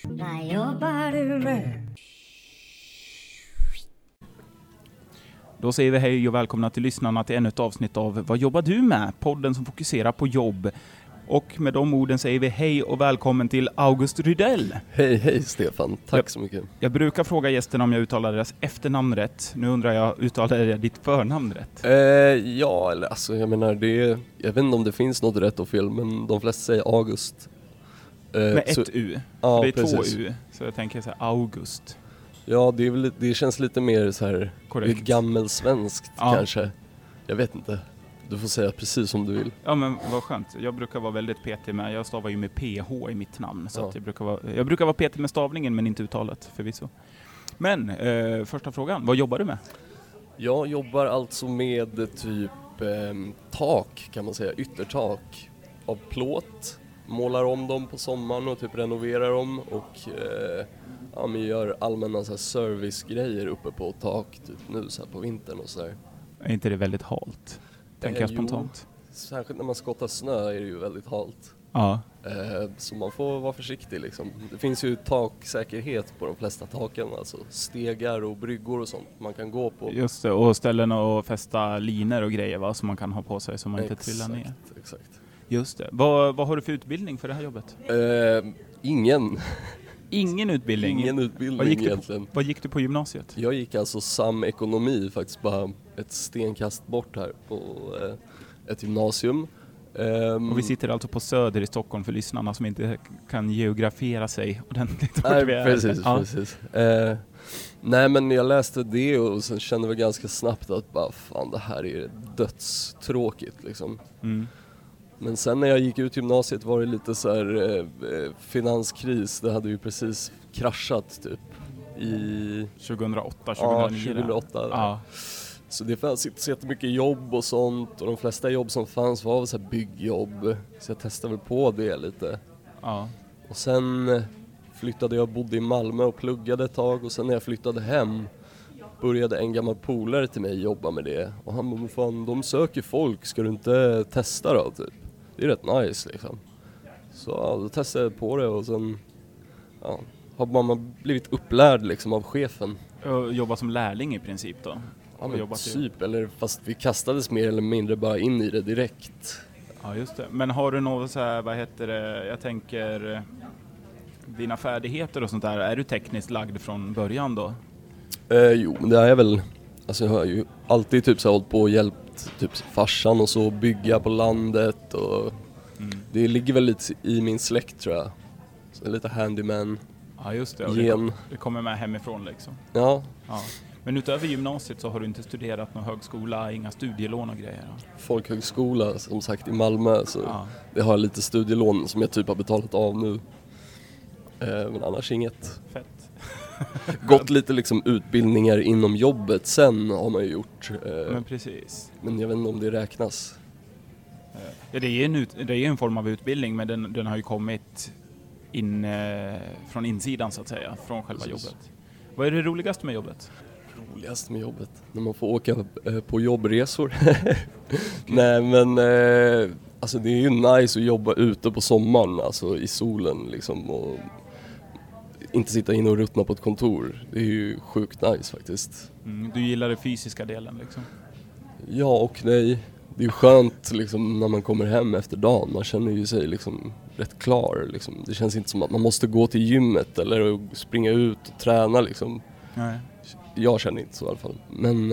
Vad jobbar du med? Då säger vi hej och välkomna till lyssnarna till ännu ett avsnitt av Vad jobbar du med? Podden som fokuserar på jobb. Och med de orden säger vi hej och välkommen till August Rydell. Hej Stefan, tack så mycket. Jag brukar fråga gästerna om jag uttalar deras efternamn rätt. Nu undrar jag, uttalar jag ditt förnamn rätt? Ja, eller alltså jag menar jag vet inte om det finns något rätt och fel, men de flesta säger August. Med ett U, ja, det är precis. 2 U, så jag tänker så här August. Ja, det känns lite mer så här Korrekt. Gammelsvenskt kanske. Jag vet inte. Du får säga precis som du vill. Ja, men vad skönt. Jag brukar vara väldigt petig med, jag stavar ju med PH i mitt namn. Så att jag brukar vara petig med stavningen men inte uttalet förvisso. Men första frågan, vad jobbar du med? Jag jobbar alltså med typ tak kan man säga, yttertak av plåt. Målar om dem på sommaren och typ renoverar dem och men gör allmänna så här servicegrejer uppe på tak typ nu så här på vintern och så där. Är inte det väldigt halt? Tänker jag spontant. Jo, särskilt när man skottar snö är det ju väldigt halt. Ja. Så man får vara försiktig liksom. Det finns ju taksäkerhet på de flesta taken, alltså stegar och bryggor och sånt man kan gå på. Just det, och ställen och fästa liner och grejer va, som man kan ha på sig så man inte trillar ner. Exakt. Just det. Vad har du för utbildning för det här jobbet? Ingen. Ingen utbildning? Ingen utbildning egentligen. Vad gick du på gymnasiet? Jag gick alltså samekonomi faktiskt bara ett stenkast bort här på ett gymnasium. Och vi sitter alltså på Söder i Stockholm för lyssnarna som inte kan geografera sig ordentligt. Nej, precis. Nej, men jag läste det och sen kände jag ganska snabbt att bara, fan, det här är dödstråkigt liksom. Mm. Men sen när jag gick ut gymnasiet var det lite så här finanskris. Det hade ju precis kraschat typ i 2008, 2009. 2008. Ja. Så det fanns inte så jättemycket jobb och sånt. Och de flesta jobb som fanns var så här byggjobb. Så jag testade väl på det lite. Ja. Och sen flyttade jag, bodde i Malmö och pluggade ett tag. Och sen när jag flyttade hem började en gammal polare till mig jobba med det. Och han bara, fan, de söker folk, ska du inte testa då typ? Det är rätt nice liksom. Så ja, då testade jag på det och sen har man blivit upplärd liksom av chefen. Och jobba som lärling i princip då? Ja, men typ, eller fast vi kastades mer eller mindre bara in i det direkt. Ja, just det. Men har du något så här, vad heter det, jag tänker dina färdigheter och sånt där, är du tekniskt lagd från början då? Jo, men det är väl, alltså jag har ju alltid typ så hållit på och hjälpt typ farsan och så bygga på landet och det ligger väl lite i min släkt tror jag. Så lite handyman. Ja, just det. Och det kommer med hemifrån liksom. Ja. Men utöver gymnasiet så har du inte studerat någon högskola, inga studielån och grejer? Då? Folkhögskola som sagt i Malmö, så det har lite studielån som jag typ har betalat av nu. Men annars inget. Fett. Gått lite liksom utbildningar inom jobbet sen har man ju gjort. Men precis. Men jag vet inte om det räknas. Ja, det är en form av utbildning, men den har ju kommit in från insidan så att säga, från själva jobbet. Vad är det roligaste med jobbet? Roligaste med jobbet? När man får åka på jobbresor. Nej men alltså det är ju nice att jobba ute på sommaren, alltså i solen liksom, och inte sitta in och ruttna på ett kontor. Det är ju sjukt nice faktiskt. Du gillar den fysiska delen liksom? Ja och nej. Det är ju skönt liksom när man kommer hem efter dagen. Man känner ju sig liksom rätt klar liksom. Det känns inte som att man måste gå till gymmet eller springa ut och träna liksom. Nej. Jag känner inte så i alla fall. Men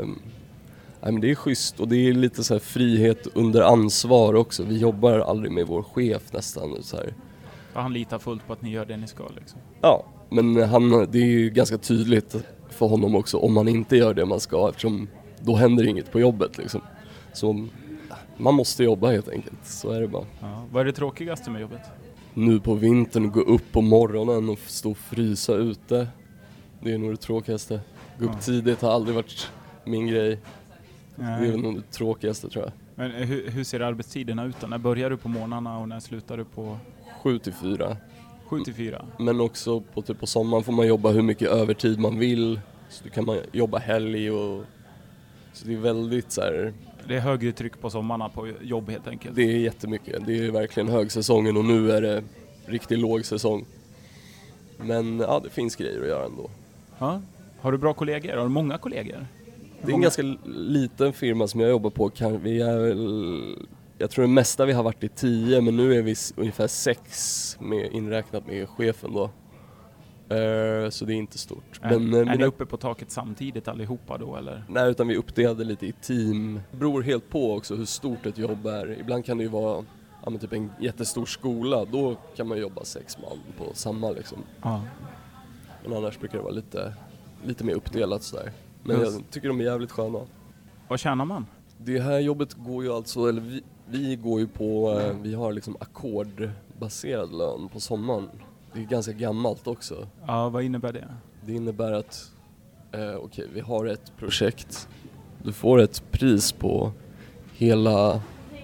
det är schysst och det är lite så här frihet under ansvar också. Vi jobbar aldrig med vår chef nästan så här. Ja, han litar fullt på att ni gör det ni ska liksom. Ja, men det är ju ganska tydligt för honom också om man inte gör det man ska, eftersom då händer inget på jobbet liksom. Så man måste jobba helt enkelt, så är det bara. Ja, vad är det tråkigaste med jobbet? Nu på vintern, gå upp på morgonen och stå och frysa ute. Det är nog det tråkigaste. Gå upp tidigt har aldrig varit min grej. Nej. Det är nog det tråkigaste tror jag. Men hur ser arbetstiderna ut då? När börjar du på morgnarna och när slutar du på? 7-4. 7-4? Men också på sommaren får man jobba hur mycket övertid man vill. Så då kan man jobba helg och... Så det är väldigt så här... Det är högre tryck på sommarna på jobb helt enkelt. Det är jättemycket. Det är verkligen högsäsongen och nu är det riktigt låg säsong. Men ja, det finns grejer att göra ändå. Ja. Har du bra kollegor? Har du många kollegor? Det är en ganska liten firma som jag jobbar på. Vi är väl, jag tror det mesta vi har varit i 10, men nu är vi ungefär 6 inräknat med chefen då. Så det är inte stort. Är ni uppe på taket samtidigt allihopa då eller? Nej, utan vi är uppdelade lite i team. Det beror helt på också hur stort ett jobb är. Ibland kan det ju vara typ en jättestor skola. Då kan man jobba 6 man på samma liksom. Ja. Men annars brukar det vara lite mer uppdelat sådär. Men jag tycker de är jävligt sköna. Vad tjänar man? Det här jobbet går ju alltså, eller vi går ju på, vi har liksom ackordbaserad lön på sommaren. Det är ganska gammalt också. Ja, vad innebär det? Det innebär att, okej, vi har ett projekt. Du får ett pris på hela,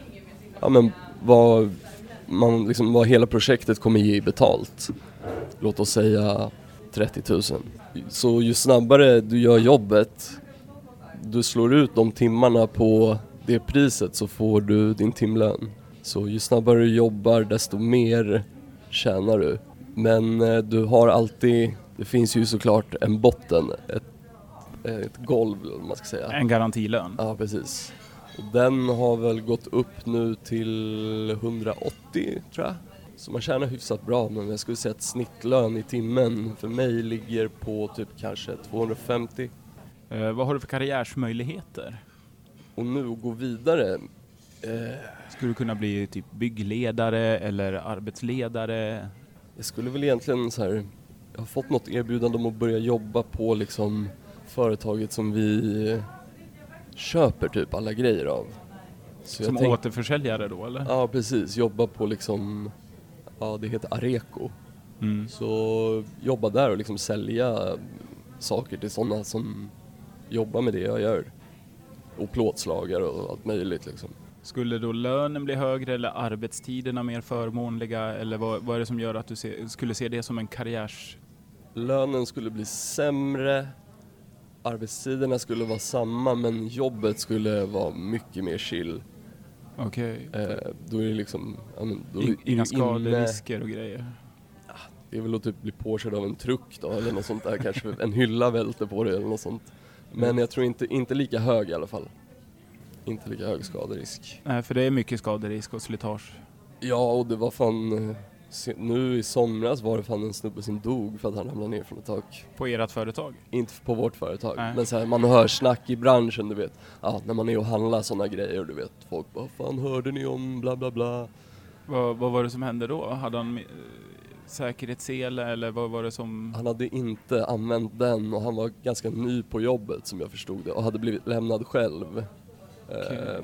vad hela projektet kommer ge betalt. Låt oss säga 30 000. Så ju snabbare du gör jobbet, du slår ut de timmarna på det priset så får du din timlön. Så ju snabbare du jobbar desto mer tjänar du. Men du har alltid, det finns ju såklart en botten, ett golv om man ska säga. En garantilön. Ja, precis. Och den har väl gått upp nu till 180 tror jag. Så man tjänar hyfsat bra, men jag skulle säga att snittlön i timmen för mig ligger på typ kanske 250. Vad har du för karriärsmöjligheter? Och nu gå vidare. Skulle du kunna bli typ byggledare eller arbetsledare? Jag skulle väl egentligen så här, jag har fått något erbjudande om att börja jobba på liksom företaget som vi köper typ alla grejer av. Så som återförsäljare då eller? Ja, precis. Jobba på liksom, det heter Areco. Mm. Så jobba där och liksom sälja saker till sådana som jobbar med det jag gör. Och plåtslagare och allt möjligt liksom. Skulle då lönen bli högre eller arbetstiderna mer förmånliga? Eller vad är det som gör att du skulle se det som en karriärs... Lönen skulle bli sämre, arbetstiderna skulle vara samma, men jobbet skulle vara mycket mer chill. Okej. Då är det liksom... Inga skaderisker och grejer? Det är väl att typ bli påkörd av en truck då, eller något sånt där. Kanske en hylla välter på det eller något sånt. Men jag tror inte lika hög i alla fall. Inte lika hög skaderisk. Nej, för det är mycket skaderisk och slitage. Ja, och det var fan... Nu i somras var det fan en snubbe som dog för att han ramlade ner från ett tak. På ert företag? Inte på vårt företag. Nej. Men så här, man hör snack i branschen, du vet. Ja, när man är och handlar sådana grejer, du vet. Folk bara, fan hörde ni om bla bla bla. Vad var det som hände då? Hade han säkerhetssele eller vad var det som... Han hade inte använt den och han var ganska ny på jobbet som jag förstod det. Och hade blivit lämnad själv. Okay.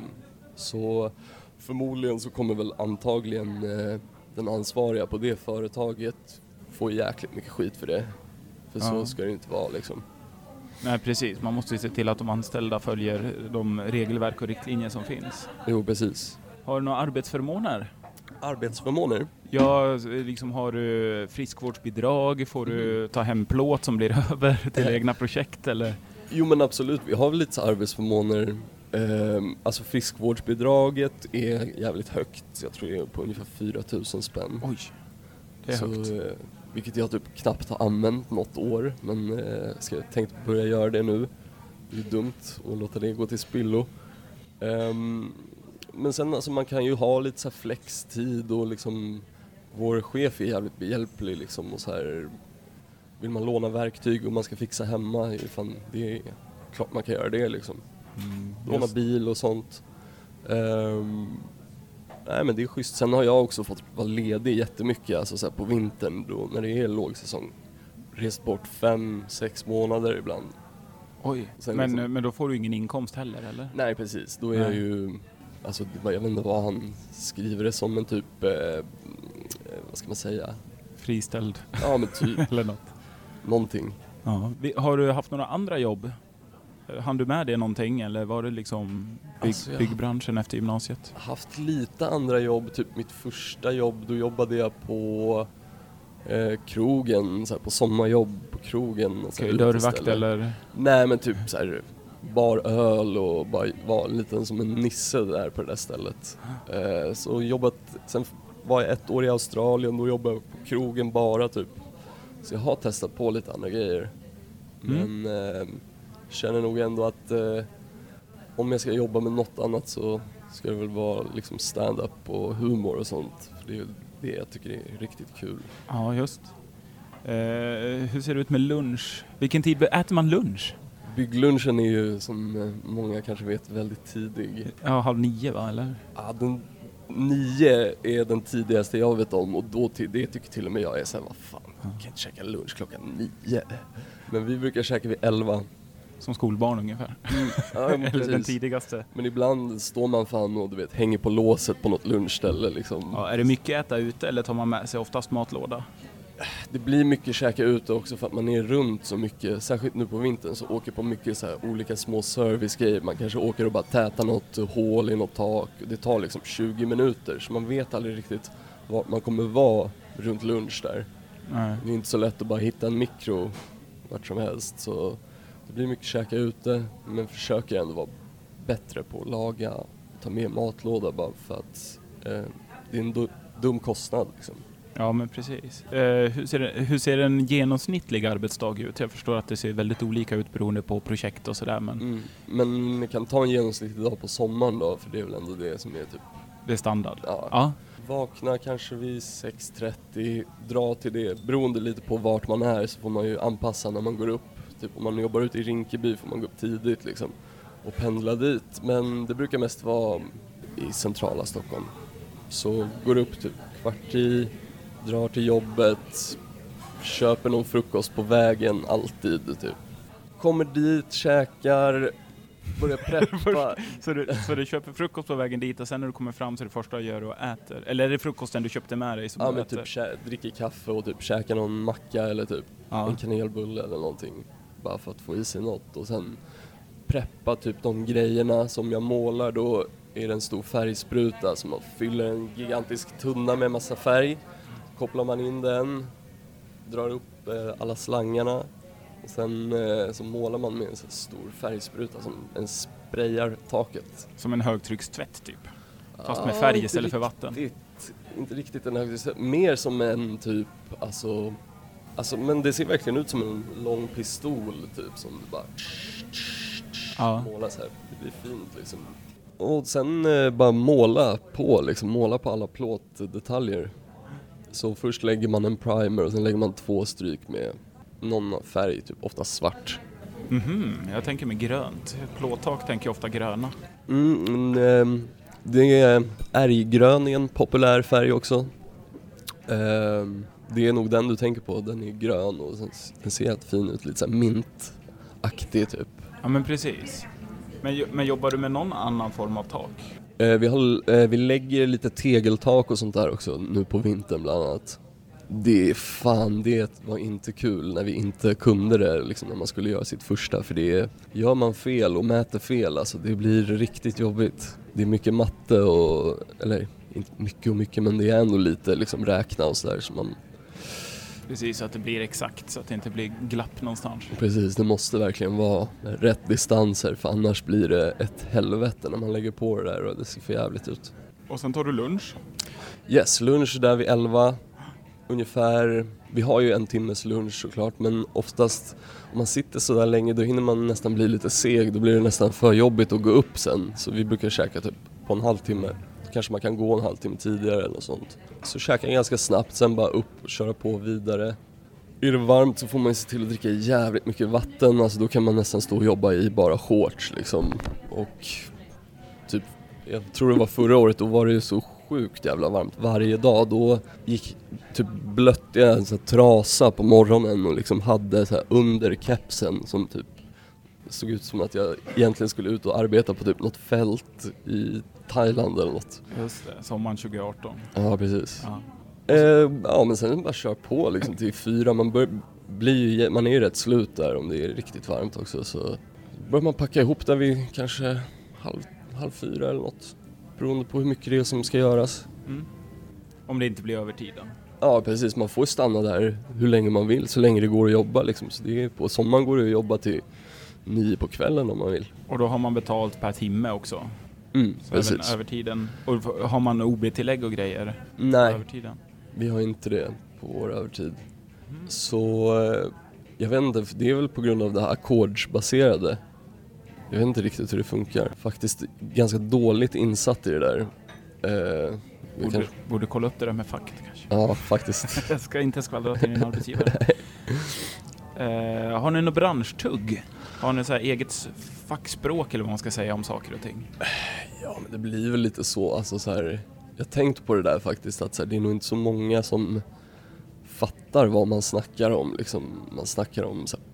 Så förmodligen så kommer väl antagligen den ansvariga på det företaget få jäkligt mycket skit för det. För så ska det inte vara liksom. Nej, precis. Man måste ju se till att de anställda följer de regelverk och riktlinjer som finns. Jo, precis. Har du några arbetsförmåner? Arbetsförmåner? Ja, liksom har du friskvårdsbidrag? Får du ta hem plåt som blir över till egna projekt? Eller? Jo, men absolut. Vi har väl lite arbetsförmåner. Alltså friskvårdsbidraget är jävligt högt. Jag tror det är på ungefär 4 000 spänn. Oj, det är högt. Vilket jag typ knappt har använt något år. Men jag tänkt börja göra det nu. Det är dumt att låta det gå till spillo. Men sen alltså, man kan ju ha lite så här flextid och liksom vår chef är jävligt behjälplig liksom, och så här, vill man låna verktyg och man ska fixa hemma, fan, det är klart man kan göra det liksom. Låna bil och sånt. Nej, men det är schysst. Sen har jag också fått vara ledig jättemycket, alltså så här på vintern då, när det är lågsäsong. Rest bort 5-6 månader ibland. Oj, men då får du ingen inkomst heller, eller? Nej, precis. Då är jag ju... Alltså, jag vet inte vad han skriver det som, en typ... vad ska man säga? Friställd. Ja, men typ. Eller något. Någonting. Ja. Har du haft några andra jobb? Hann du med det någonting, eller var det liksom byggbranschen efter gymnasiet? Jag har haft lite andra jobb. Typ mitt första jobb, då jobbade jag på krogen, så här, på sommarjobb på krogen. Okej, dörrvakt eller? Nej, men typ så här, bar öl och bara var lite som en nisse där på det där stället. Så jobbat, sen var jag 1 år i Australien, då jobbade jag på krogen bara typ Så jag har testat på lite andra grejer. Men känner nog ändå att om jag ska jobba med något annat så ska det väl vara liksom stand-up och humor och sånt. För det är det jag tycker är riktigt kul. Ja, just. Hur ser det ut med lunch? Vilken tid äter man lunch? Bygglunchen är ju, som många kanske vet, väldigt tidig. Ja, 8:30 va, eller? Ja, 9 är den tidigaste jag vet om, och då det tycker till och med jag är såhär, vad fan, jag kan inte käka lunch klockan 9. Men vi brukar käka vid 11. Som skolbarn ungefär. Ja, eller den tidigaste. Men ibland står man fan och hänger på låset på något lunchställe liksom. Ja, är det mycket äta ute eller tar man med sig oftast matlåda? Det blir mycket käka ute också för att man är runt så mycket. Särskilt nu på vintern så åker på mycket så här olika små servicegrejer. Man kanske åker och bara tätar något hål i något tak. Det tar liksom 20 minuter så man vet aldrig riktigt vart man kommer vara runt lunch där. Nej. Det är inte så lätt att bara hitta en mikro vart som helst. Så det blir mycket käka ute, men försöker ändå vara bättre på att laga, ta med matlåda bara för att det är en dum kostnad liksom. Ja, men precis. Hur ser en genomsnittlig arbetsdag ut? Jag förstår att det ser väldigt olika ut beroende på projekt och sådär. Men Men vi kan ta en genomsnittlig dag på sommaren då, för det är väl ändå det som är typ... det är standard. Ja. Vakna kanske vid 6:30, dra till det. Beroende lite på vart man är så får man ju anpassa när man går upp. Typ om man jobbar ute i Rinkeby får man gå upp tidigt liksom och pendla dit. Men det brukar mest vara i centrala Stockholm. Så går upp typ 7:15, drar till jobbet, köper någon frukost på vägen alltid typ. Kommer dit, käkar, börjar preppa. Så du köper frukost på vägen dit och sen när du kommer fram så är det första du gör och äter? Eller är det frukosten du köpte med dig som ja, du men äter? typ dricker kaffe och typ käkar någon macka eller typ en kanelbulle eller någonting. Bara för att få i sig något. Och sen preppa typ de grejerna som jag målar. Då är det en stor färgspruta som man fyller en gigantisk tunna med massa färg. Kopplar man in den, drar upp alla slangarna. Och sen så målar man med en så stor färgspruta som en sprayar taket. Som en högtryckstvätt typ? Fast med färg istället för vatten? Inte riktigt en högtryckstvätt. Mer som en typ, alltså, men det ser verkligen ut som en lång pistol typ som det bara målas här. Det blir fint liksom. Och sen bara måla på alla plåtdetaljer. Så först lägger man en primer och sen lägger man 2 stryk med någon färg, typ ofta svart. Jag tänker med grönt. Plåttak tänker jag ofta gröna. Det är ärggrön, en populär färg också. Det är nog den du tänker på, den är grön och den ser helt fin ut, lite så här mintaktig typ. Ja, men precis. Men jobbar du med någon annan form av tak? Vi lägger lite tegeltak och sånt där också nu på vintern bland annat. Det var inte kul när vi inte kunde det liksom, när man skulle göra sitt första. För det gör man fel och mäter fel, alltså det blir riktigt jobbigt. Det är mycket matte eller inte mycket men det är ändå lite liksom räkna och sådär så man... Precis, så att det blir exakt, så att det inte blir glapp någonstans. Precis, det måste verkligen vara rätt distanser för annars blir det ett helvete när man lägger på det där och det ser för jävligt ut. Och sen tar du lunch? Yes, lunch där vid 11 ungefär. Vi har ju 1 timmes lunch såklart, men oftast om man sitter så där länge då hinner man nästan bli lite seg. Då blir det nästan för jobbigt att gå upp sen. Så vi brukar käka typ på en halvtimme. Kanske man kan gå en halvtimme tidigare eller något sånt. Så käkar ganska snabbt, sen bara upp och köra på vidare. Är det varmt så får man se till att dricka jävligt mycket vatten. Alltså då kan man nästan stå och jobba i bara shorts liksom. Och typ, jag tror det var förra året, då var det ju så sjukt jävla varmt varje dag. Då blötte jag en så här trasa på morgonen och liksom hade så här under kepsen som typ såg ut som att jag egentligen skulle ut och arbeta på typ något fält i Thailand eller något. Just det, sommaren 2018. Ja, precis. Ja. Men sen bara kör på liksom till 4. Man är ju rätt slut där om det är riktigt varmt också. Så börjar man packa ihop där vid kanske halv 4 eller något. Beroende på hur mycket det är som ska göras. Om det inte blir övertiden. Ja, precis. Man får stanna där hur länge man vill, så länge det går att jobba liksom. Så det är på sommaren går det att jobba till 9 på kvällen om man vill. Och då har man betalt per timme också? Så precis. Även övertiden. Och har man OB-tillägg och grejer? Nej, övertiden? vi har inte det på vår övertid. Så jag vet inte, det är väl på grund av det här ackordsbaserade. Jag vet inte riktigt hur det funkar. Faktiskt ganska dåligt insatt i det där. Borde kolla upp det där med facket kanske. Ja, faktiskt. Jag ska inte skvallra till din arbetsgivare. Har ni något branschtugg? Har ni så här eget fackspråk eller vad man ska säga om saker och ting? Ja, men det blir väl lite så. Alltså, så här, jag tänkte på det där faktiskt. Att så här, det är nog inte så många som fattar vad man snackar om. Liksom, man snackar om så här,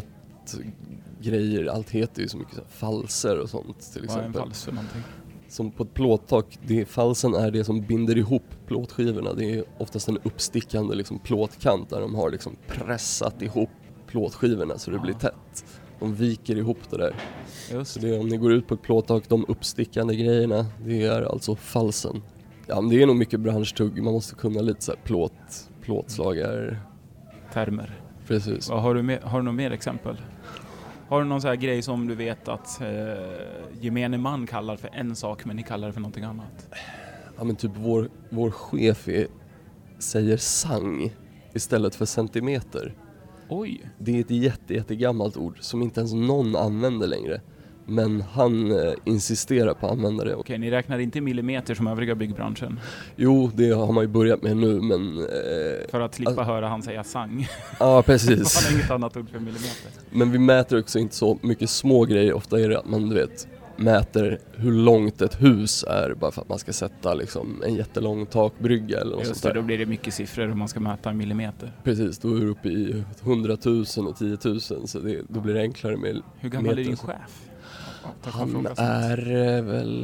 plåtgrejer. Allt heter ju så mycket så här, falser och sånt till exempel. Vad är en fals för någonting? Som på ett plåttak, falsen är det som binder ihop plåtskivorna. Det är oftast en uppstickande liksom, plåtkant där de har liksom, pressat ihop plåtskivorna så det blir tätt. De viker ihop det där. Just. Så det är, om ni går ut på ett plåttak, de uppstickande grejerna, det är alltså falsen. Ja, men det är nog mycket branschtugg. Man måste kunna lite så här plåtslagar. Termer. Precis. Har du något mer exempel? Har du någon så här grej som du vet att gemene man kallar för en sak men ni kallar det för någonting annat? Ja, men typ vår chef säger sang istället för centimeter. Oj! Det är ett jättegammalt ord som inte ens någon använder längre. Men han insisterar på att använda det. Okej, ni räknar inte millimeter som övriga byggbranschen? Jo, det har man ju börjat med nu, men... för att slippa höra han säga sang. Ja, precis. Han har inget annat ord för millimeter. Men vi mäter också inte så mycket små grejer. Ofta är det att man, du vet, mäter hur långt ett hus är bara för att man ska sätta liksom, en jättelång takbrygga eller något sånt där. Då blir det mycket siffror om man ska mäta i millimeter. Precis, då är du uppe i 100 000 och 10 000 så då blir det enklare med Hur gammal meter. är din chef? Han är väl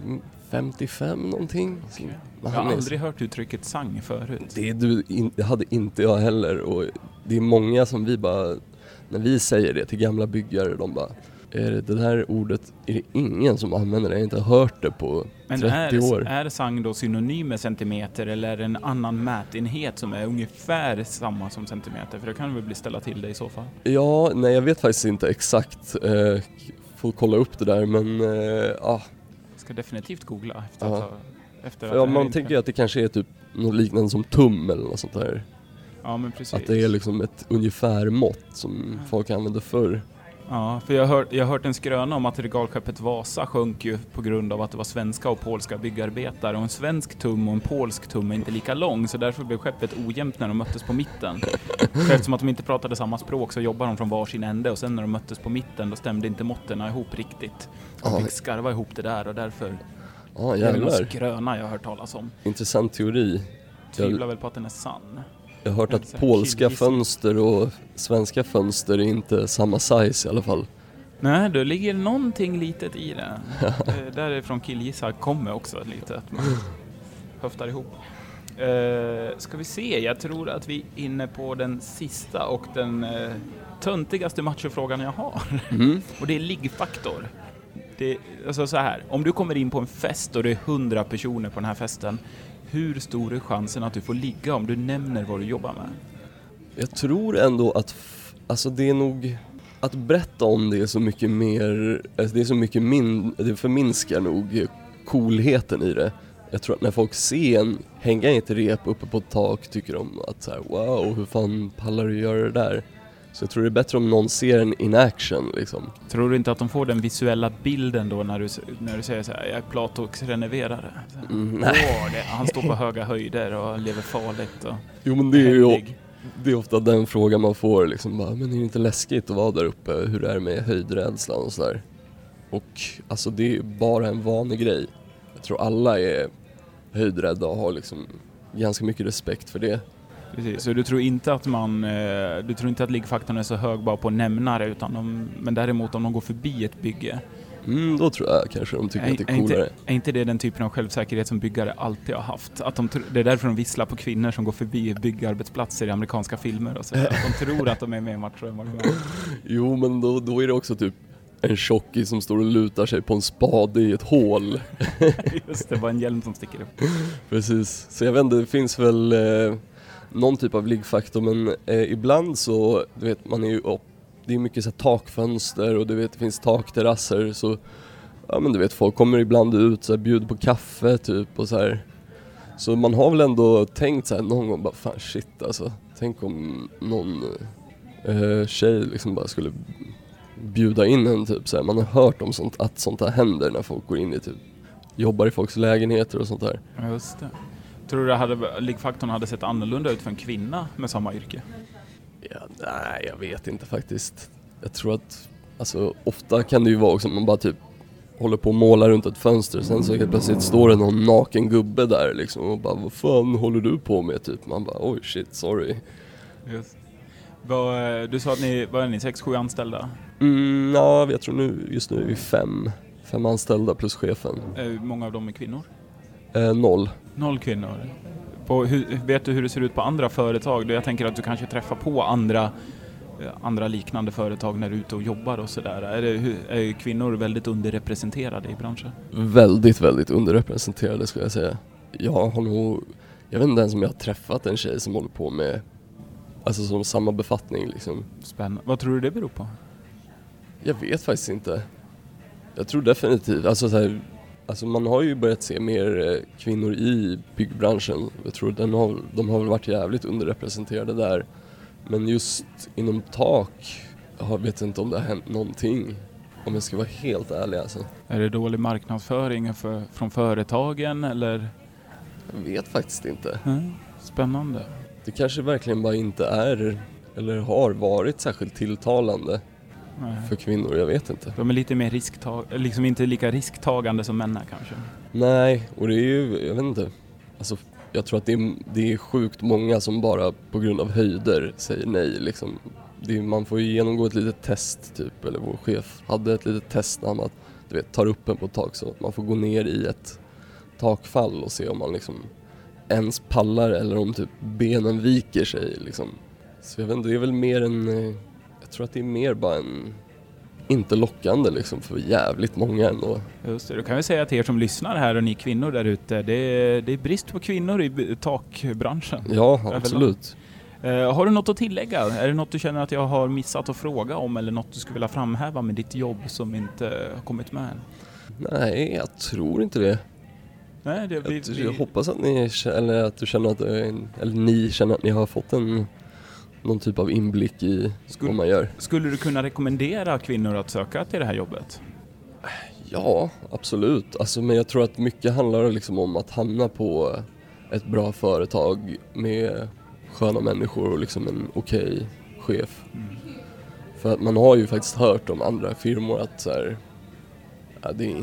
55 någonting. Okay. Jag har aldrig hört uttrycket sang förut. Det hade inte jag heller. Och det är många som vi bara, när vi säger det till gamla byggare, de bara, det här ordet är det ingen som använder det. Jag har inte hört det på 30 år. Men är sang då synonym med centimeter eller är det en annan mätenhet som är ungefär samma som centimeter? För det kan väl bli ställa till det i så fall. Ja, nej jag vet faktiskt inte exakt. Får kolla upp det där, men ja. Jag ska definitivt googla efter ja, man tänker att det kanske är typ något liknande som tum eller något sånt där. Ja, men precis. Att det är liksom ett ungefär mått som folk använder förr. Ja, för jag har hört en skröna om att regalskeppet Vasa sjönk ju på grund av att det var svenska och polska byggarbetare. Och en svensk tum och en polsk tum är inte lika lång, så därför blev skeppet ojämnt när de möttes på mitten. För eftersom att de inte pratade samma språk så jobbar de från varsin ände, och sen när de möttes på mitten då stämde inte måtterna ihop riktigt. De fick skarva ihop det där, och därför det är en skröna jag har hört talas om. Intressant teori. Tvivlar väl på att den är sann. Jag har hört att polska fönster och svenska fönster är inte samma size i alla fall. Nej, då ligger någonting litet i det. Därifrån killgissar kommer också lite att man höftar ihop. Ska vi se, jag tror att vi är inne på den sista och den töntigaste matchfrågan jag har. Och det är liggfaktor. Alltså så här, om du kommer in på en fest och det är 100 personer på den här festen, hur stor är chansen att du får ligga om du nämner vad du jobbar med? Jag tror ändå att alltså det är nog att berätta om det är så mycket mer, alltså det är så mycket det förminskar nog coolheten i det. Jag tror att när folk ser en hänga i ett rep uppe på ett tak tycker de att så här, wow, hur fan pallar du göra det där? Så jag tror det är bättre om någon ser en in action liksom. Tror du inte att de får den visuella bilden då när du säger så här, jag är platox-renoverare? Han står på höga höjder och lever farligt. Och jo, men det är ofta den frågan man får liksom, bara, men är det inte läskigt att vara där uppe? Hur är det med höjdrädslan och sådär? Och alltså det är bara en vanlig grej. Jag tror alla är höjdrädda och har liksom ganska mycket respekt för det. Precis, så du tror inte att liggfaktorn är så hög bara på nämnare, men däremot om de går förbi ett bygge. Då tror jag kanske de tycker att det är coolare. Är inte det den typen av självsäkerhet som byggare alltid har haft? Att det är därför de visslar på kvinnor som går förbi byggarbetsplatser i amerikanska filmer och så. Att de tror att de är med i matcher. Jo, men då är det också typ en tjockis som står och lutar sig på en spade i ett hål. Just det, var en hjälm som sticker upp. Precis, så jag vet inte, det finns väl någon typ av liggfaktor, men ibland så, du vet, man är ju det är mycket så här takfönster och du vet, det finns takterrasser, så ja, men du vet, folk kommer ibland ut så här, bjuder på kaffe typ och så här. Så man har väl ändå tänkt så här någon gång bara, fan shit alltså, Tänk om någon tjej liksom bara skulle bjuda in en typ så här. Man har hört om att sånt här händer när folk går in i typ jobbar i folks lägenheter och sånt där. Just det. Tror du liggfaktorn hade sett annorlunda ut för en kvinna med samma yrke? Ja, nej, jag vet inte faktiskt. Jag tror att alltså, ofta kan det ju vara också man bara typ håller på att måla runt ett fönster. Sen så helt plötsligt står det någon naken gubbe där liksom och bara, vad fan håller du på med typ? Man bara, oj shit, sorry. Just. Du sa att ni 6-7 anställda? Ja, jag tror just nu är vi 5 anställda plus chefen. Många av dem är kvinnor? 0. 0 kvinnor. Vet du hur det ser ut på andra företag? Jag tänker att du kanske träffar på andra liknande företag när du är ute och jobbar och sådär. Är kvinnor väldigt underrepresenterade i branschen? Väldigt, väldigt underrepresenterade skulle jag säga. Jag vet inte ens om jag har träffat en tjej som håller på med alltså som samma befattning liksom. Spännande. Vad tror du det beror på? Jag vet faktiskt inte. Jag tror definitivt, alltså man har ju börjat se mer kvinnor i byggbranschen. Jag tror de har väl varit jävligt underrepresenterade där. Men just inom tak jag vet inte om det har hänt någonting. Om jag ska vara helt ärlig alltså. Är det dålig marknadsföring från företagen eller? Jag vet faktiskt inte. Spännande. Det kanske verkligen bara inte är eller har varit särskilt tilltalande för kvinnor, jag vet inte. De är lite mer liksom inte lika risktagande som män kanske. Nej, och det är ju, jag vet inte. Alltså, jag tror att det är sjukt många som bara på grund av höjder säger nej liksom. Man får ju genomgå ett litet test typ, eller vår chef hade ett litet test när han tar upp en på ett tak så att man får gå ner i ett takfall och se om man liksom ens pallar eller om typ benen viker sig liksom. Så jag vet inte, det är väl mer jag tror att det är mer bara inte lockande liksom för jävligt många ändå. Just det, då kan vi säga till er som lyssnar här och ni kvinnor där ute, det är brist på kvinnor i takbranschen. Ja, absolut. Har du något att tillägga? Är det något du känner att jag har missat att fråga om eller något du skulle vilja framhäva med ditt jobb som inte har kommit med än? Nej, jag tror inte det. Nej, jag hoppas att ni eller att du känner att eller ni känner att ni har fått någon typ av inblick i vad man gör. Skulle du kunna rekommendera kvinnor att söka till det här jobbet? Ja, absolut. Alltså, men jag tror att mycket handlar liksom om att hamna på ett bra företag med sköna människor och liksom en okej chef. För att man har ju faktiskt hört om andra firmor att så här, det är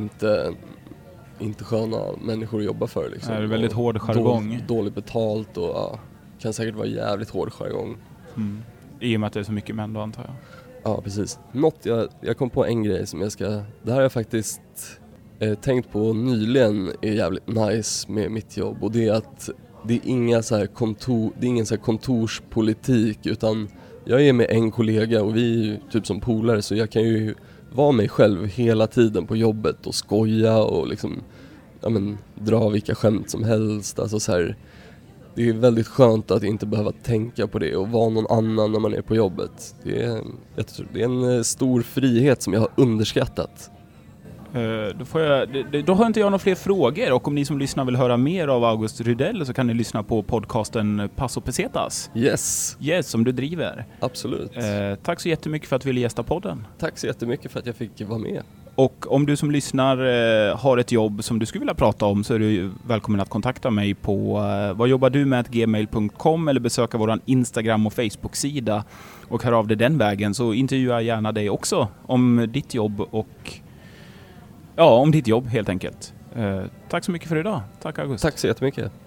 inte sköna människor att jobba för liksom. Det är väldigt hård jargong. Dåligt betalt och kan säkert vara jävligt hård jargong. I och med att det är så mycket män då, antar jag. Ja, precis. Jag kom på en grej som det här har jag faktiskt tänkt på nyligen är jävligt nice med mitt jobb, och det är att det är ingen så här kontorspolitik, utan jag är med en kollega och vi är typ som polare, så jag kan ju vara mig själv hela tiden på jobbet och skoja och liksom dra vilka skämt som helst. Alltså så här, det är väldigt skönt att inte behöva tänka på det och vara någon annan när man är på jobbet. Det är en stor frihet som jag har underskattat. Då har inte jag några fler frågor, och om ni som lyssnar vill höra mer av August Rydell så kan ni lyssna på podcasten Paso Pesetas. Yes, som du driver. Absolut. Tack så jättemycket för att du ville gästa podden. Tack så jättemycket för att jag fick vara med. Och om du som lyssnar har ett jobb som du skulle vilja prata om, så är du välkommen att kontakta mig på vadjobbardu@gmail.com eller besöka våran Instagram och Facebook-sida och hör av dig den vägen, så intervjuar jag gärna dig också om ditt jobb och om ditt jobb helt enkelt. Tack så mycket för idag. Tack August. Tack så jättemycket.